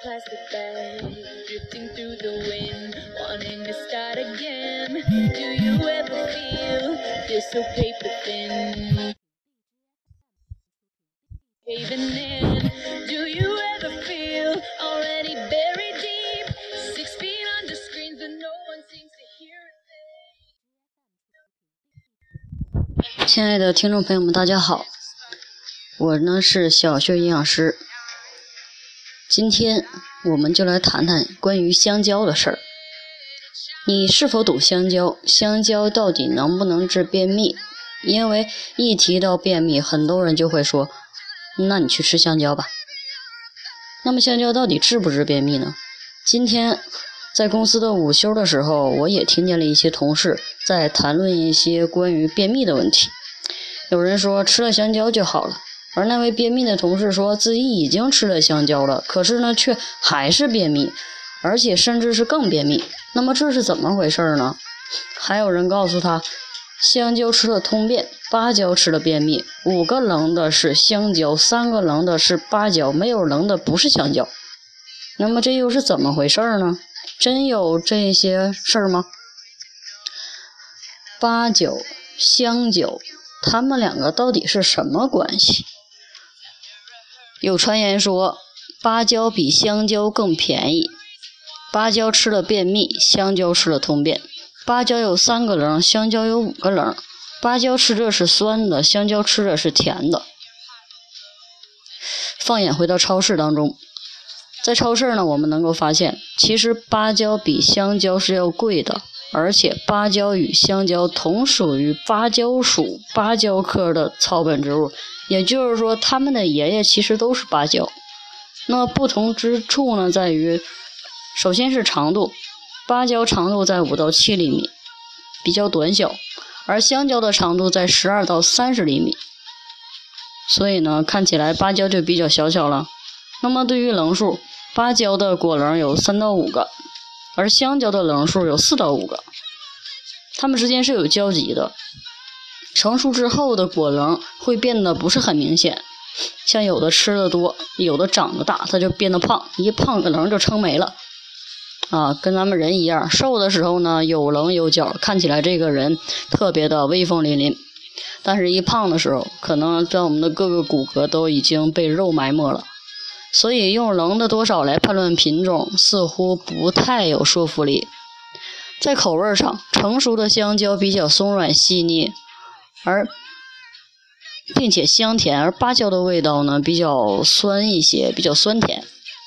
plastic bag, drifting through the wind, wanting to start again. Do you ever feel so paper thin? Caving in. Do you ever feel already buried deep? 6 feet under screens that no one seems to hear a thing. 亲爱的听众朋友们，大家好，我呢是小学营养师。今天我们就来谈谈关于香蕉的事儿。你是否懂香蕉？香蕉到底能不能治便秘？因为一提到便秘，很多人就会说，那你去吃香蕉吧。那么香蕉到底治不治便秘呢？今天在公司的午休的时候，我也听见了一些同事在谈论一些关于便秘的问题。有人说吃了香蕉就好了，而那位便秘的同事说自己已经吃了香蕉了，可是呢却还是便秘，而且甚至是更便秘。那么这是怎么回事呢？还有人告诉他，香蕉吃了通便，芭蕉吃了便秘，5个棱的是香蕉，3个棱的是芭蕉，没有棱的不是香蕉。那么这又是怎么回事呢？真有这些事儿吗？芭蕉、香蕉，它们两个到底是什么关系？有传言说芭蕉比香蕉更便宜，芭蕉吃了便秘，香蕉吃了通便。芭蕉有3个棱，香蕉有5个棱。芭蕉吃着是酸的，香蕉吃着是甜的。放眼回到超市当中，在超市呢，我们能够发现，其实芭蕉比香蕉是要贵的，而且芭蕉与香蕉同属于芭蕉属芭蕉科的草本植物，也就是说它们的爷爷其实都是芭蕉。那不同之处呢，在于首先是长度，芭蕉长度在5到7厘米，比较短小，而香蕉的长度在12到30厘米，所以呢看起来芭蕉就比较小巧了。那么对于棱数，芭蕉的果棱有3到5个，而香蕉的棱数有4到5个，它们之间是有交集的。成熟之后的果棱会变得不是很明显，像有的吃的多，有的长得大，它就变得胖，一胖的棱就撑没了跟咱们人一样，瘦的时候呢有棱有角，看起来这个人特别的威风凛凛，但是一胖的时候，可能在我们的各个骨骼都已经被肉埋没了。所以用棱的多少来判断品种似乎不太有说服力。在口味上，成熟的香蕉比较松软细腻，并且香甜，而芭蕉的味道呢比较酸一些，比较酸甜。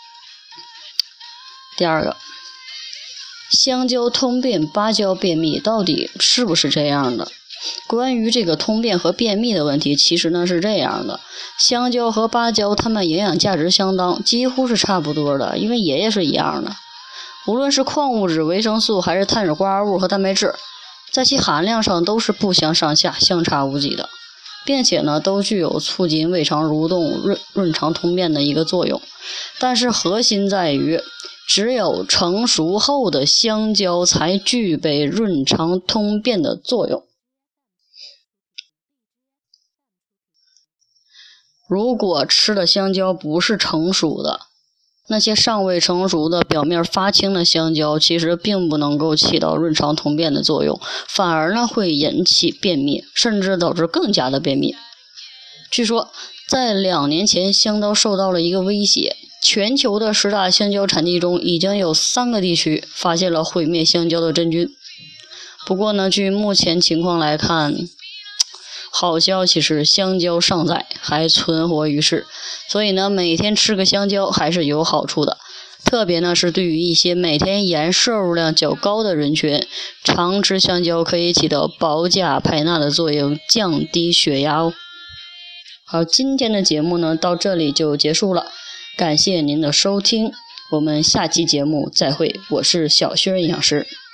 第二个，香蕉通便，芭蕉便秘，到底是不是这样的？关于这个通便和便秘的问题，其实呢是这样的，香蕉和芭蕉它们营养价值相当，几乎是差不多的，因为爷爷是一样的。无论是矿物质、维生素还是碳水化合物和蛋白质，在其含量上都是不相上下，相差无几的，并且呢都具有促进胃肠蠕动、润肠通便的一个作用。但是核心在于，只有成熟后的香蕉才具备润肠通便的作用。如果吃的香蕉不是成熟的，那些尚未成熟的表面发青的香蕉其实并不能够起到润肠通便的作用，反而呢会引起便秘，甚至导致更加的便秘。据说在2年前，香蕉受到了一个威胁，全球的10大香蕉产地中已经有3个地区发现了毁灭香蕉的真菌。不过呢，据目前情况来看，好消息是香蕉尚在，还存活于世，所以呢每天吃个香蕉还是有好处的。特别呢是对于一些每天盐摄入量较高的人群，常吃香蕉可以起到保钾排钠的作用，降低血压哦。好，今天的节目呢到这里就结束了，感谢您的收听，我们下期节目再会，我是小薛营养师。